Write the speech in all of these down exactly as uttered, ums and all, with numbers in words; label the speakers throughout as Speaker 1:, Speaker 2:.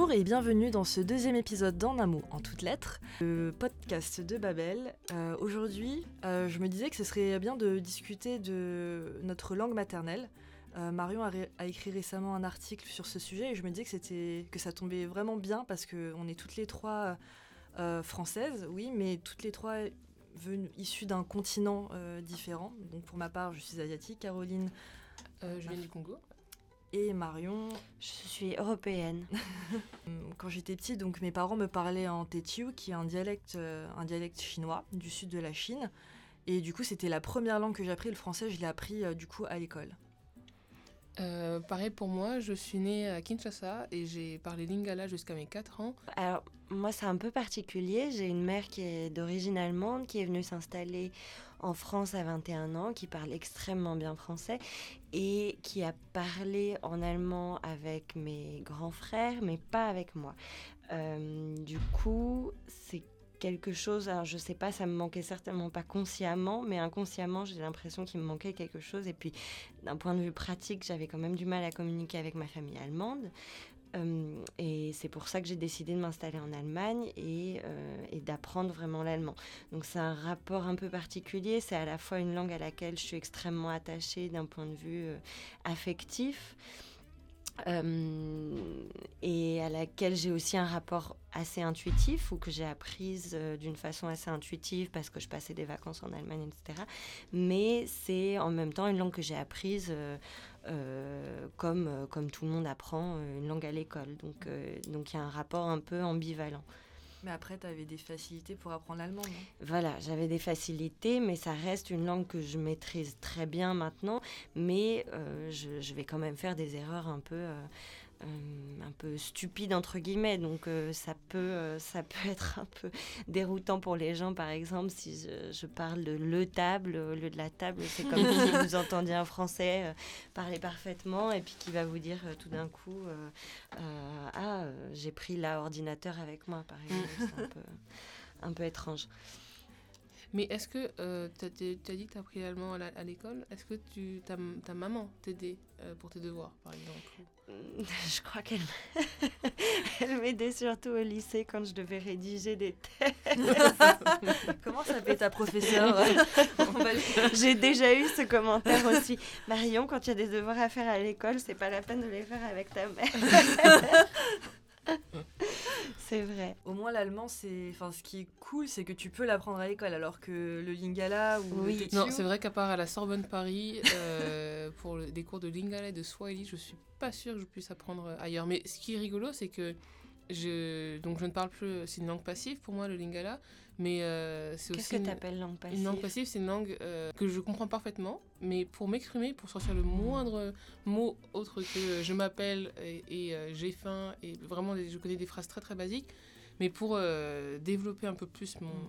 Speaker 1: Bonjour et bienvenue dans ce deuxième épisode d'En un mot en toutes lettres, le podcast de Babel. Euh, aujourd'hui, euh, je me disais que ce serait bien de discuter de notre langue maternelle. Euh, Marion a, ré- a écrit récemment un article sur ce sujet et je me disais que, c'était, que ça tombait vraiment bien parce qu'on est toutes les trois euh, françaises, oui, mais toutes les trois venues, issues d'un continent euh, différent. Donc pour ma part, je suis asiatique, Caroline.
Speaker 2: Euh, je viens du Congo.
Speaker 1: Et Marion.
Speaker 3: Je suis européenne.
Speaker 1: Quand j'étais petite, donc mes parents me parlaient en Tétiu, qui est un dialecte, euh, un dialecte chinois du sud de la Chine. Et du coup, c'était la première langue que j'ai appris. Le français, je l'ai appris euh, du coup à l'école.
Speaker 2: Euh, pareil pour moi, je suis née à Kinshasa et j'ai parlé lingala jusqu'à mes quatre ans.
Speaker 3: Alors, moi, c'est un peu particulier. J'ai une mère qui est d'origine allemande, qui est venue s'installer en France à vingt et un ans, qui parle extrêmement bien français et qui a parlé en allemand avec mes grands frères, mais pas avec moi. Euh, du coup, c'est quelque chose, alors je sais pas, ça me manquait certainement pas consciemment, mais inconsciemment, j'ai l'impression qu'il me manquait quelque chose. Et puis, d'un point de vue pratique, j'avais quand même du mal à communiquer avec ma famille allemande. Euh, et c'est pour ça que j'ai décidé de m'installer en Allemagne et, euh, et d'apprendre vraiment l'allemand. Donc c'est un rapport un peu particulier, c'est à la fois une langue à laquelle je suis extrêmement attachée d'un point de vue euh, affectif, Euh, et à laquelle j'ai aussi un rapport assez intuitif ou que j'ai apprise euh, d'une façon assez intuitive parce que je passais des vacances en Allemagne, et cetera. Mais c'est en même temps une langue que j'ai apprise euh, euh, comme, euh, comme tout le monde apprend euh, une langue à l'école. Donc euh, donc il y a un rapport un peu ambivalent.
Speaker 1: Mais après, tu avais des facilités pour apprendre l'allemand, non ?
Speaker 3: Voilà, j'avais des facilités, mais ça reste une langue que je maîtrise très bien maintenant. Mais euh, je, je vais quand même faire des erreurs un peu, euh, euh, un peu stupides, entre guillemets. Donc euh, ça, peut, euh, ça peut être un peu déroutant pour les gens, par exemple, si je, je parle de le table au lieu de la table. C'est comme si vous entendiez un Français euh, parler parfaitement et puis qui va vous dire euh, tout d'un coup euh, euh, ah, euh, j'ai pris l'ordinateur avec moi, par exemple. C'est un peu, un peu étrange.
Speaker 2: Mais est-ce que euh, tu as dit que tu as appris l'allemand à, la, à l'école ? Est-ce que tu, ta, ta maman t'aidait euh, pour tes devoirs, par exemple ?
Speaker 3: Je crois qu'elle elle m'aidait surtout au lycée quand je devais rédiger des textes.
Speaker 1: Comment s'appelait ta professeure ?
Speaker 3: J'ai déjà eu ce commentaire aussi. Marion, quand tu as des devoirs à faire à l'école, c'est pas la peine de les faire avec ta mère. C'est vrai.
Speaker 1: Au moins, l'allemand, c'est... Enfin, ce qui est cool, c'est que tu peux l'apprendre à l'école, alors que le lingala ou
Speaker 3: Oui.
Speaker 1: le Tétiu...
Speaker 2: Non, c'est vrai qu'à part à la Sorbonne Paris, euh, pour le, des cours de lingala et de swahili, je suis pas sûre que je puisse apprendre ailleurs. Mais ce qui est rigolo, c'est que je, donc je ne parle plus... C'est une langue passive pour moi, le lingala, mais euh, c'est
Speaker 3: Qu'est-ce
Speaker 2: aussi...
Speaker 3: que
Speaker 2: une...
Speaker 3: tu appelles langue passive ?
Speaker 2: Une langue passive, c'est une langue euh, que je comprends parfaitement, mais pour m'exprimer, pour sortir le moindre mot autre que je m'appelle et, et euh, j'ai faim, et vraiment, je connais des phrases très très basiques, mais pour euh, développer un peu plus mon,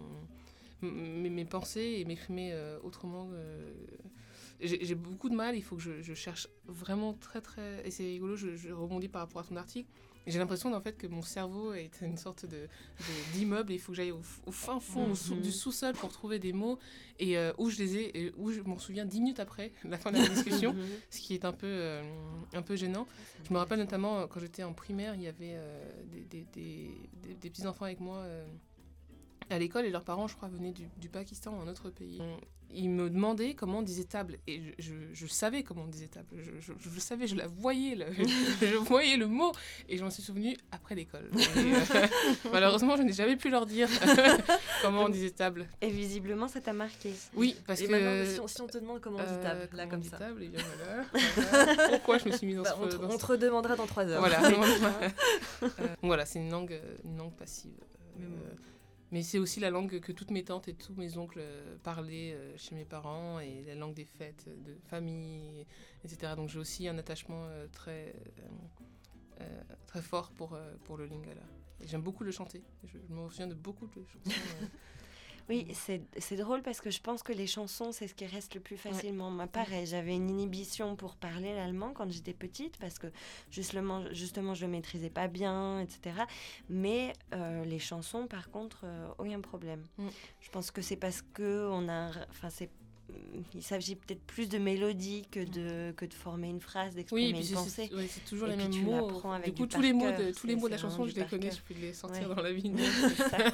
Speaker 2: m- mes, mes pensées et m'exprimer euh, autrement, euh, j'ai, j'ai beaucoup de mal, il faut que je, je cherche vraiment très très... Et c'est rigolo, je, je rebondis par rapport à ton article. J'ai l'impression en fait que mon cerveau est une sorte de, de d'immeuble et il faut que j'aille au, au fin fond
Speaker 3: Mm-hmm.
Speaker 2: au sous, du sous-sol pour trouver des mots et euh, où je les ai et où je m'en souviens dix minutes après la fin de la discussion, ce qui est un peu euh, un peu gênant. Je me rappelle notamment quand j'étais en primaire, il y avait euh, des, des, des, des, des petits enfants avec moi euh, à l'école et leurs parents, je crois, venaient du, du Pakistan ou un autre pays. Ils me demandaient comment on disait table et je, je, je savais comment on disait table. Je, je, je, je savais, je la voyais, le, je, je voyais le mot et j'en suis souvenue après l'école. Et, euh, malheureusement, je n'ai jamais pu leur dire comment on disait table.
Speaker 3: Et visiblement, ça t'a marqué.
Speaker 2: Oui, parce
Speaker 1: Et
Speaker 2: que...
Speaker 1: maintenant, si on, si on te demande comment on dit
Speaker 2: euh,
Speaker 1: table, là,
Speaker 2: comment
Speaker 1: comme
Speaker 2: on dit
Speaker 1: ça.
Speaker 2: table, et bien voilà, voilà. Pourquoi je me suis mise dans
Speaker 1: Bah,
Speaker 2: ce...
Speaker 1: on, te,
Speaker 2: dans
Speaker 1: on
Speaker 2: ce...
Speaker 1: te redemandera dans trois heures.
Speaker 2: Voilà, euh, voilà, c'est une langue, une langue passive. Euh,
Speaker 1: Mais bon.
Speaker 2: Mais c'est aussi la langue que toutes mes tantes et tous mes oncles parlaient chez mes parents et la langue des fêtes, de famille, et cetera. Donc j'ai aussi un attachement très, euh, très fort pour, pour le lingala. Et j'aime beaucoup le chanter. Je, je me souviens de beaucoup de chansons. Euh...
Speaker 3: Oui, c'est, c'est drôle parce que je pense que les chansons, c'est ce qui reste le plus facilement. Ouais. Moi, pareil, j'avais une inhibition pour parler l'allemand quand j'étais petite parce que justement, justement je ne le maîtrisais pas bien, et cetera. Mais euh, les chansons, par contre, euh, aucun problème. Mm. Je pense que c'est parce qu'on a... Enfin, c'est il s'agit peut-être plus de mélodie que de, que de former une phrase, d'exprimer
Speaker 2: oui,
Speaker 3: une pensée.
Speaker 2: C'est, ouais, c'est toujours
Speaker 3: et
Speaker 2: les mêmes mots. Du coup,
Speaker 3: du
Speaker 2: tous les mots
Speaker 3: cœur,
Speaker 2: de, tous les mots de la chanson, je les connais,
Speaker 3: cœur.
Speaker 2: je peux les sortir
Speaker 3: ouais.
Speaker 2: dans la vie.
Speaker 3: C'est ça.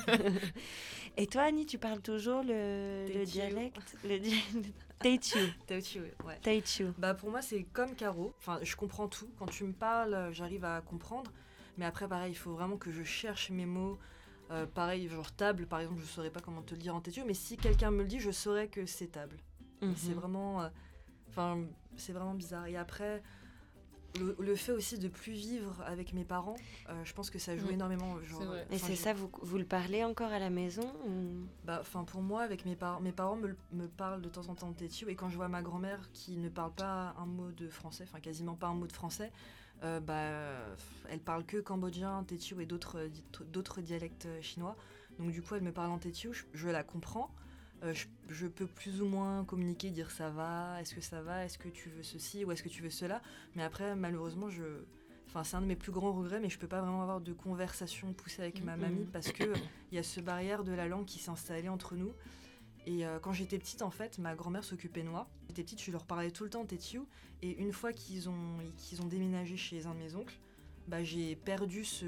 Speaker 3: Et toi, Annie, tu parles toujours le, le dialecte le di... Teochew.
Speaker 1: Teochew, ouais.
Speaker 3: Teochew.
Speaker 1: Bah pour moi, c'est comme Caro. Enfin, je comprends tout. Quand tu me parles, j'arrive à comprendre. Mais après, pareil, il faut vraiment que je cherche mes mots. Euh, pareil, genre table, par exemple, je saurais pas comment te le dire en Teochew. Mais si quelqu'un me le dit, je saurais que c'est table. Mm-hmm. C'est vraiment... Enfin, euh, c'est vraiment bizarre. Et après... Le, le fait aussi de plus vivre avec mes parents, euh, je pense que ça joue mmh. énormément. Genre,
Speaker 3: c'est et c'est je... ça, vous, vous le parlez encore à la maison ou...
Speaker 1: Bah, pour moi, avec mes parents, mes parents me, me parlent de temps en temps de Teochew, et quand je vois ma grand-mère qui ne parle pas un mot de français, enfin quasiment pas un mot de français, euh, bah, elle parle que cambodgien, Teochew et d'autres, d'autres dialectes chinois. Donc du coup, elle me parle en Teochew, je, je la comprends. Euh, je, je peux plus ou moins communiquer, dire ça va, est-ce que ça va, est-ce que tu veux ceci ou est-ce que tu veux cela. Mais après, malheureusement, je... enfin, c'est un de mes plus grands regrets, mais je peux pas vraiment avoir de conversation poussée avec mmh. ma mamie parce qu'il y a ce barrière de la langue qui s'est installée entre nous. Et euh, quand j'étais petite, en fait, ma grand-mère s'occupait de moi. J'étais petite, je leur parlais tout le temps en Teochew. Et une fois qu'ils ont, qu'ils ont déménagé chez un de mes oncles, bah, j'ai perdu ce,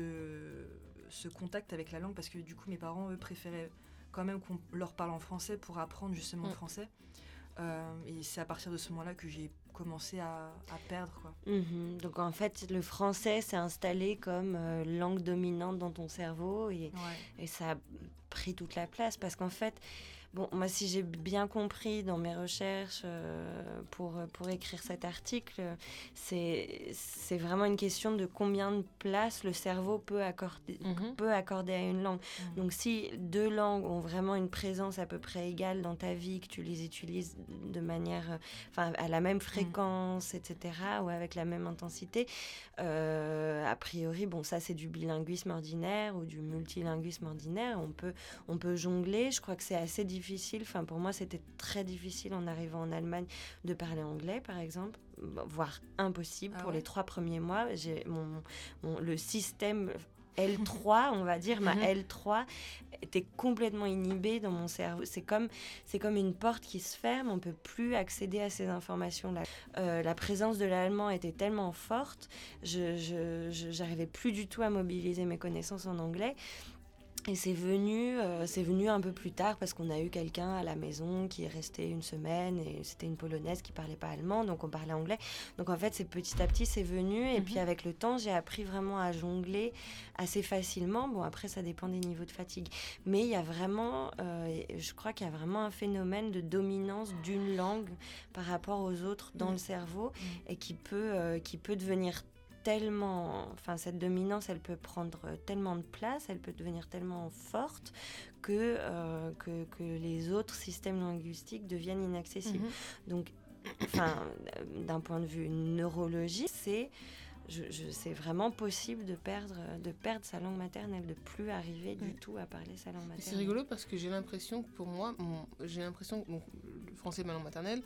Speaker 1: ce contact avec la langue parce que du coup, mes parents, eux, préféraient quand même qu'on leur parle en français pour apprendre justement mmh. le français. Euh, et c'est à partir de ce moment-là que j'ai commencé à, à perdre, quoi.
Speaker 3: Mmh. Donc en fait, le français s'est installé comme euh, langue dominante dans ton cerveau et, ouais. et ça a pris toute la place parce qu'en fait, bon, moi, si j'ai bien compris dans mes recherches euh, pour, pour écrire cet article, c'est, c'est vraiment une question de combien de place le cerveau peut accorder, mmh. peut accorder à une langue. Mmh. Donc, si deux langues ont vraiment une présence à peu près égale dans ta vie, que tu les utilises de manière, enfin, à la même fréquence, mmh. et cetera, ou avec la même intensité, euh, a priori, bon, ça, c'est du bilinguisme ordinaire ou du multilinguisme ordinaire. On peut, on peut jongler. Je crois que c'est assez difficile. Difficile. Enfin, pour moi, c'était très difficile en arrivant en Allemagne de parler anglais, par exemple, voire impossible. Ah pour ouais. les trois premiers mois, j'ai mon, mon, le système L trois, on va dire, ma L trois était complètement inhibée dans mon cerveau. C'est comme, c'est comme une porte qui se ferme, on ne peut plus accéder à ces informations-là. Euh, la présence de l'allemand était tellement forte, je, je, je, j'arrivais plus du tout à mobiliser mes connaissances en anglais. Et c'est venu, euh, c'est venu un peu plus tard parce qu'on a eu quelqu'un à la maison qui est resté une semaine et c'était une Polonaise qui parlait pas allemand, donc on parlait anglais. Donc en fait, c'est petit à petit, c'est venu. Et mm-hmm. puis avec le temps, j'ai appris vraiment à jongler assez facilement. Bon, après, ça dépend des niveaux de fatigue. Mais il y a vraiment, euh, je crois qu'il y a vraiment un phénomène de dominance d'une langue par rapport aux autres dans mm-hmm. le cerveau mm-hmm. et qui peut, euh, qui peut devenir tellement, enfin cette dominance, elle peut prendre tellement de place, elle peut devenir tellement forte que euh, que, que les autres systèmes linguistiques deviennent inaccessibles. Mm-hmm. Donc, enfin, d'un point de vue neurologique, c'est Je, je, c'est vraiment possible de perdre, de perdre sa langue maternelle, de plus arriver du mmh. tout à parler sa langue maternelle.
Speaker 2: C'est rigolo parce que j'ai l'impression que pour moi, mon, j'ai l'impression que bon, le français est ma langue maternelle,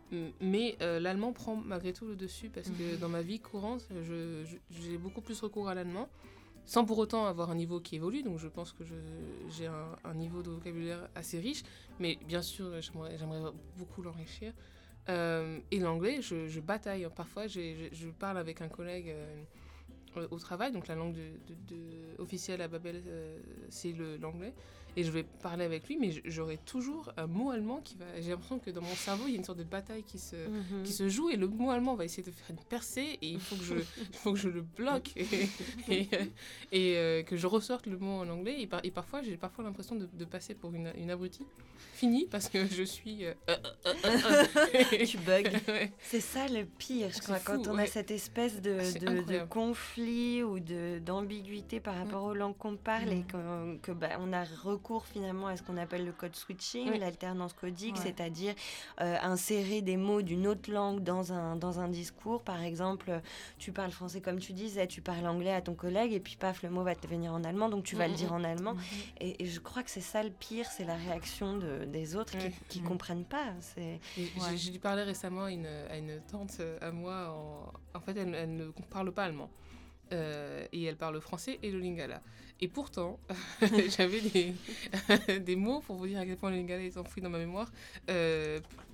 Speaker 2: mais euh, l'allemand prend malgré tout le dessus parce que mmh. dans ma vie courante, je, je, j'ai beaucoup plus recours à l'allemand, sans pour autant avoir un niveau qui évolue, donc je pense que je, j'ai un, un niveau de vocabulaire assez riche, mais bien sûr, j'aimerais, j'aimerais beaucoup l'enrichir. Euh, et l'anglais, je, je bataille. Parfois, j'ai, je, je parle avec un collègue euh, au travail, donc la langue de, de, de, officielle à Babel, euh, c'est le, l'anglais. Et je vais parler avec lui, mais j'aurai toujours un mot allemand qui va... J'ai l'impression que dans mon cerveau, il y a une sorte de bataille qui se, mm-hmm. qui se joue, et le mot allemand va essayer de faire une percée, et il faut que je, il faut que je le bloque, et, et, et euh, que je ressorte le mot en anglais. Et, par, et parfois, j'ai parfois l'impression de, de passer pour une, une abrutie. Fini, parce que je suis... Euh, euh, euh, euh,
Speaker 3: tu bugs. Ouais. C'est ça le pire, je c'est crois, fou, quand on ouais. a cette espèce de, de, de conflit ou de, d'ambiguïté par rapport mmh. aux langues qu'on parle, mmh. et qu'on, que, bah, on a recours finalement à ce qu'on appelle le code switching, oui. l'alternance codique, ouais. c'est-à-dire euh, insérer des mots d'une autre langue dans un, dans un discours. Par exemple, tu parles français comme tu disais, tu parles anglais à ton collègue, et puis paf, le mot va te venir en allemand, donc tu vas mmh. le dire en allemand. Mmh. Et, et je crois que c'est ça le pire, c'est la réaction de des autres ouais. qui ne mmh. comprennent pas. C'est...
Speaker 2: Ouais. J'ai, j'ai dû parler récemment à une, à une tante à moi. En, en fait, elle, elle ne parle pas allemand. Euh, et elle parle français et le lingala. Et pourtant, j'avais des, des mots pour vous dire à quel point le lingala est enfoui dans ma mémoire. Euh,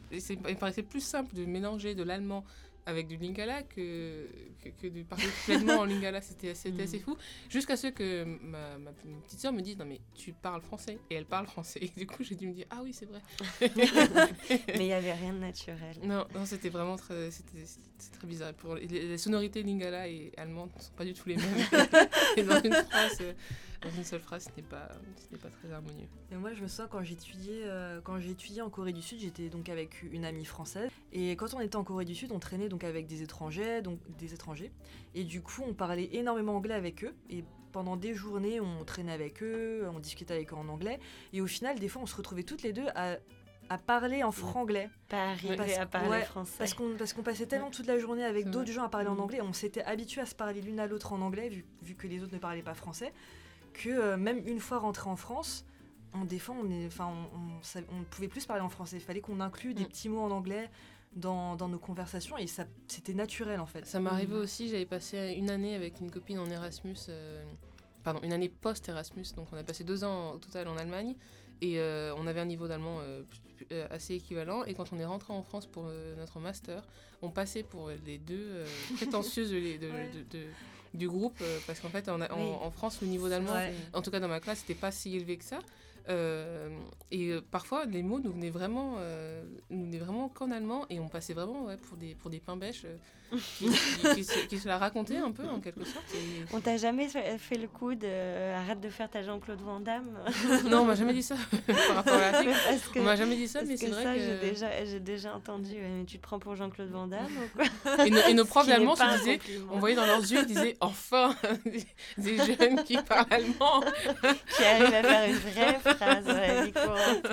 Speaker 2: et c'est, il me paraissait plus simple de mélanger de l'allemand avec du lingala que, que, que de parler pleinement en lingala. C'était, c'était assez fou. Jusqu'à ce que ma, ma, ma petite sœur me dise « Non mais tu parles français » et elle parle français. Et du coup, j'ai dû me dire « Ah oui, c'est vrai. »
Speaker 3: Mais il n'y avait rien de naturel.
Speaker 2: Non, non c'était vraiment très, c'était, c'était très bizarre. Pour les, les sonorités lingala et allemandes ne sont pas du tout les mêmes. Et dans une phrase, dans une seule phrase, ce n'est pas, ce n'est pas très harmonieux.
Speaker 1: Et moi, je me souviens quand j'étudiais, euh, quand j'ai étudié en Corée du Sud, j'étais donc avec une amie française. Et quand on était en Corée du Sud, on traînait donc avec des étrangers, donc des étrangers. Et du coup, on parlait énormément anglais avec eux. Et pendant des journées, on traînait avec eux, on discutait avec eux en anglais. Et au final, des fois, on se retrouvait toutes les deux à, à parler en franglais.
Speaker 3: Pas arriver
Speaker 1: parce,
Speaker 3: à parler
Speaker 1: ouais,
Speaker 3: français.
Speaker 1: Parce qu'on, parce qu'on passait tellement toute la journée avec
Speaker 2: C'est
Speaker 1: d'autres
Speaker 2: vrai.
Speaker 1: gens à parler
Speaker 2: Mmh.
Speaker 1: en anglais. On s'était habitués à se parler l'une à l'autre en anglais, vu, vu que les autres ne parlaient pas français. Que euh, même une fois rentrés en France, on, des fois, on est, enfin, on, on, on ne pouvait plus se parler en français. Il fallait qu'on inclue des
Speaker 2: Mm.
Speaker 1: petits mots en anglais dans, dans nos conversations et ça, c'était naturel en fait.
Speaker 2: Ça m'est arrivé aussi, j'avais passé une année avec une copine en Erasmus, euh, pardon, une année post-Erasmus, donc on a passé deux ans au total en Allemagne, et euh, on avait un niveau d'allemand euh, euh, assez équivalent, et quand on est rentré en France pour euh, notre master, on passait pour les deux euh, prétentieuses de, de,
Speaker 1: Ouais.
Speaker 2: de, de, du groupe, euh, parce qu'en fait, en, en,
Speaker 3: Oui.
Speaker 2: en France, le niveau d'allemand,
Speaker 1: Ouais.
Speaker 2: en tout cas dans ma classe, n'était pas si élevé que ça. Euh, et euh, parfois, les mots nous venaient vraiment, euh, nous venaient vraiment qu'en allemand, et on passait vraiment ouais, pour des pour des pains bêches euh, qui, qui, qui, se, qui se la racontaient un peu en quelque sorte. Et...
Speaker 3: On t'a jamais fait, fait le coup de euh, arrête de faire ta Jean-Claude Van Damme.
Speaker 2: Non, on m'a jamais dit ça par rapport à la fille.
Speaker 3: Parce que,
Speaker 2: On m'a jamais dit ça,
Speaker 3: parce
Speaker 2: mais c'est
Speaker 3: que
Speaker 2: vrai
Speaker 3: ça,
Speaker 2: que
Speaker 3: j'ai déjà, j'ai déjà entendu. Ouais, mais tu te prends pour Jean-Claude Van Damme ou quoi?
Speaker 2: et, nos, et nos profs
Speaker 3: Ce qui n'est
Speaker 2: d'allemand
Speaker 3: pas
Speaker 2: se
Speaker 3: un
Speaker 2: disaient,
Speaker 3: compliment.
Speaker 2: on voyait dans leurs yeux, ils disaient enfin des, des jeunes qui parlent allemand.
Speaker 3: Qui arrive à faire une vraie phrase dans la vie courante.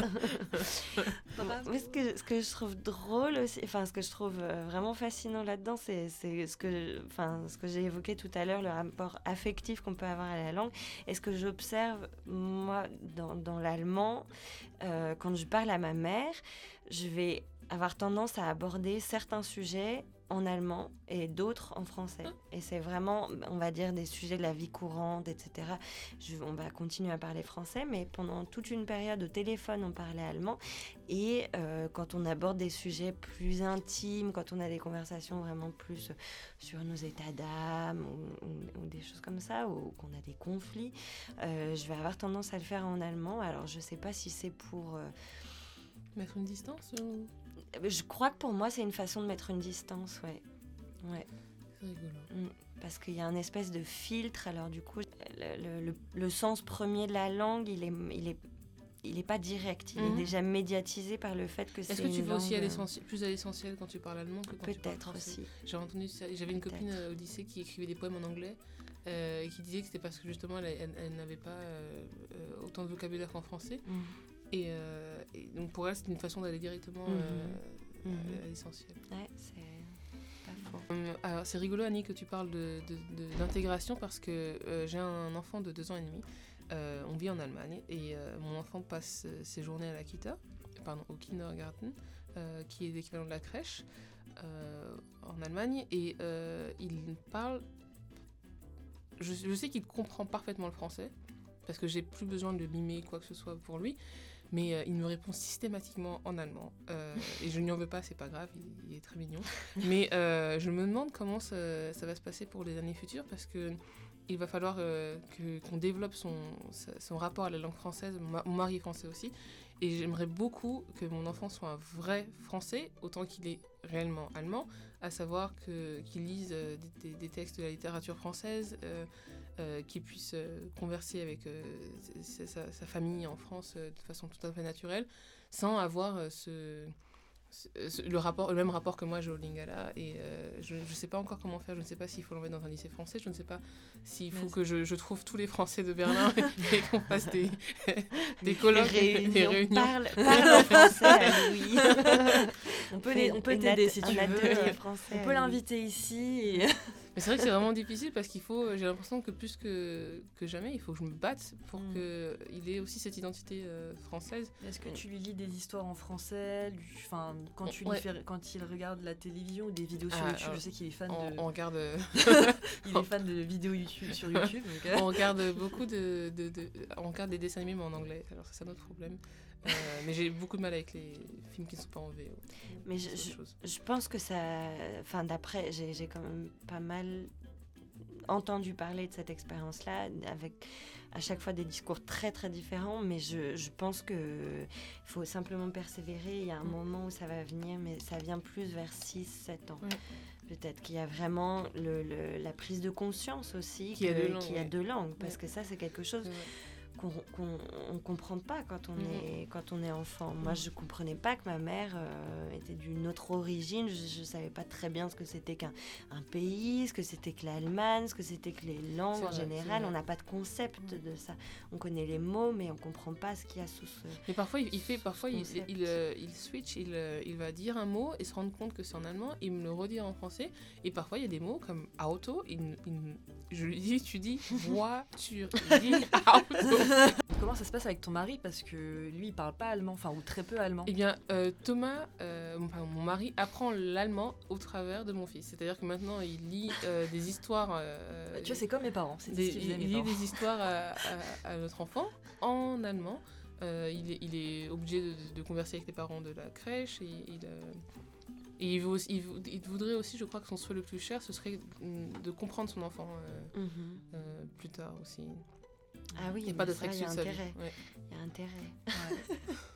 Speaker 1: Papa
Speaker 3: Mais ce que, ce que je trouve drôle aussi, enfin ce que je trouve euh, vraiment fascinant là-dedans, c'est, c'est ce que, enfin ce que j'ai évoqué tout à l'heure, le rapport affectif qu'on peut avoir à la langue. Et ce que j'observe moi dans, dans l'allemand, euh, quand je parle à ma mère, je vais avoir tendance à aborder certains sujets en allemand et d'autres en français. Et c'est vraiment, on va dire, des sujets de la vie courante, et cetera. Je, on va continuer à parler français, mais pendant toute une période au téléphone, on parlait allemand. Et euh, quand on aborde des sujets plus intimes, quand on a des conversations vraiment plus sur nos états d'âme ou, ou, ou des choses comme ça, ou qu'on a des conflits, euh, je vais avoir tendance à le faire en allemand. Alors, je ne sais pas si c'est pour... Euh,
Speaker 2: Mettre une distance ou...
Speaker 3: Je crois que pour moi, c'est une façon de mettre une distance, ouais. Ouais.
Speaker 2: C'est rigolo.
Speaker 3: Mm. Parce qu'il y a un espèce de filtre, alors du coup, le, le, le sens premier de la langue, il est, il est, il est pas direct, il
Speaker 2: Mhm.
Speaker 3: est déjà médiatisé par le fait que c'est
Speaker 2: Est-ce que
Speaker 3: une
Speaker 2: tu vas aussi à
Speaker 3: langue,
Speaker 2: l'essentiel, plus à l'essentiel quand tu parles allemand que quand tu parles
Speaker 3: Peut-être
Speaker 2: français?
Speaker 3: aussi.
Speaker 2: J'ai entendu ça. J'avais une
Speaker 3: Peut-être.
Speaker 2: copine euh, au lycée qui écrivait des poèmes en anglais euh, et qui disait que c'était parce que justement elle, elle, elle n'avait pas euh, euh, autant de vocabulaire qu'en français.
Speaker 3: Mm.
Speaker 2: Et, euh, et donc pour elle, c'était une façon d'aller directement
Speaker 3: Mhm.
Speaker 2: euh,
Speaker 3: Mhm.
Speaker 2: à l'essentiel.
Speaker 3: Ouais, c'est pas faux.
Speaker 2: Euh, alors c'est rigolo Annie que tu parles de, de, de- d'intégration parce que euh, j'ai un enfant de deux ans et demi. Euh, on vit en Allemagne et euh, mon enfant passe euh, ses journées à la Kita, pardon, au Kindergarten, euh, qui est l'équivalent de la crèche euh, en Allemagne. Et euh, il parle... Je, je sais qu'il comprend parfaitement le français parce que j'ai plus besoin de mimer quoi que ce soit pour lui. Mais euh, il me répond systématiquement en allemand. Euh, et je ne lui en veux pas, c'est pas grave, il, il est très mignon. Mais euh, je me demande comment ça, ça va se passer pour les années futures, parce que il va falloir euh, que, qu'on développe son, son rapport à la langue française. Mon mon mari est français aussi. Et j'aimerais beaucoup que mon enfant soit un vrai français, autant qu'il est réellement allemand, à savoir que, qu'il lise euh, des, des, des textes de la littérature française, euh, Euh, qui puisse euh, converser avec euh, sa, sa, sa famille en France euh, de façon tout à fait naturelle, sans avoir euh, ce, ce, ce- le, rapport, le même rapport que moi j'ai au Lingala. Et euh, je ne sais pas encore comment faire, je ne sais pas s'il faut l'envoyer dans un lycée français, je ne sais pas s'il faut
Speaker 1: Mais
Speaker 2: que je, je trouve tous les Français de Berlin et qu'on fasse des, des colloques,
Speaker 3: Réunion,
Speaker 2: des réunions.
Speaker 3: Parle, parle en français à Louis.
Speaker 1: On peut, les- on peut
Speaker 3: Une
Speaker 1: t'aider
Speaker 3: at-
Speaker 1: si
Speaker 3: un
Speaker 1: tu veux.
Speaker 3: atelier français
Speaker 1: On
Speaker 3: à
Speaker 1: peut
Speaker 3: Louis.
Speaker 1: l'inviter ici. Et...
Speaker 2: Mais c'est vrai que c'est vraiment difficile parce qu'il faut, j'ai l'impression que plus que, que jamais, il faut que je me batte pour
Speaker 1: Mm.
Speaker 2: qu'il ait aussi cette identité euh, française.
Speaker 1: Est-ce que tu lui lis des histoires en français lui- enfin, quand, tu lui
Speaker 2: Ouais.
Speaker 1: fais, quand il regarde la télévision ou des vidéos sur
Speaker 2: Ah,
Speaker 1: YouTube,
Speaker 2: ah.
Speaker 1: je sais qu'il est fan
Speaker 2: On,
Speaker 1: de,
Speaker 2: on regarde, euh,
Speaker 1: il est fan de vidéos YouTube, sur YouTube. donc, euh,
Speaker 2: on regarde beaucoup de, de, de- on regarde des dessins animés mais en anglais. Alors ça c'est un autre problème. Euh, mais j'ai beaucoup de mal avec les films qui ne sont pas en V O.
Speaker 3: Mais je, je, je pense que ça... Enfin, d'après, j'ai, j'ai quand même pas mal entendu parler de cette expérience-là, avec à chaque fois des discours très très différents, mais je, je pense qu'il faut simplement persévérer. Il y a un mmh. moment où ça va venir, mais ça vient plus vers six sept ans. Mmh. Peut-être qu'il y a vraiment le, le, la prise de conscience aussi qu'il y a deux langues, ouais. deux langues parce ouais. que ça c'est quelque chose... Ouais. qu'on ne comprend pas quand on, mmh. est, quand on est enfant. Moi, je ne comprenais pas que ma mère euh, était d'une autre origine. Je ne savais pas très bien ce que c'était qu'un un pays, ce que c'était que l'Allemagne, ce que c'était que les langues c'est en vrai, général. On n'a pas de concept mmh. de ça. On connaît les mots, mais on ne comprend pas ce qu'il y a sous ce
Speaker 2: Mais parfois, il, fait, parfois il, il, il, euh, il switch, il, euh, il va dire un mot et se rendre compte que c'est en allemand, il me le redit en français. Et parfois, il y a des mots comme auto. Il, il, je lui dis, tu dis voiture. Il dit auto.
Speaker 1: Comment ça se passe avec ton mari? Parce que lui, il parle pas allemand, enfin, ou très peu allemand.
Speaker 2: Eh bien, euh, Thomas, euh, mon, pardon, mon mari, apprend l'allemand au travers de mon fils. C'est-à-dire que maintenant, il lit euh, des histoires... Euh,
Speaker 1: tu vois, c'est comme mes parents. C'est
Speaker 2: des,
Speaker 1: ce qu'ils faisaient,
Speaker 2: il
Speaker 1: mes
Speaker 2: lit
Speaker 1: parents.
Speaker 2: des histoires à, à, à notre enfant en allemand. Euh, il, est, il est obligé de, de converser avec les parents de la crèche. Et, il, euh, et il, veut aussi, il, il voudrait aussi, je crois que son souhait le plus cher, ce serait de comprendre son enfant euh, mm-hmm. euh, plus tard aussi.
Speaker 3: Ah oui, il n'y a pas de Il y a intérêt. Il ouais. y a intérêt. Ouais.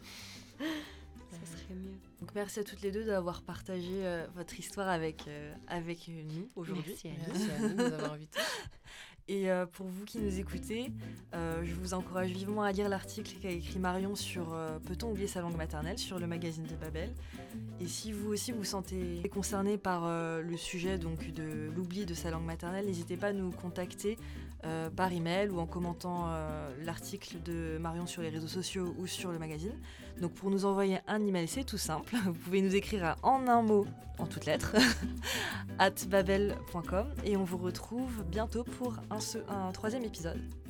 Speaker 3: Ça serait mieux.
Speaker 1: Donc merci à toutes les deux d'avoir partagé euh, votre histoire avec, euh, avec nous aujourd'hui.
Speaker 3: Merci à nous.
Speaker 2: Merci à nous de nous avoir invités.
Speaker 1: Et euh, pour vous qui nous écoutez, euh, je vous encourage vivement à lire l'article qu'a écrit Marion sur euh, Peut-on oublier sa langue maternelle sur le magazine de Babel. Et si vous aussi vous sentez concerné par euh, le sujet donc, de l'oubli de sa langue maternelle, n'hésitez pas à nous contacter euh, par email ou en commentant euh, l'article de Marion sur les réseaux sociaux ou sur le magazine. Donc pour nous envoyer un email, c'est tout simple. Vous pouvez nous écrire à en un mot, en toutes lettres, at babel point com et on vous retrouve bientôt pour un, un troisième épisode.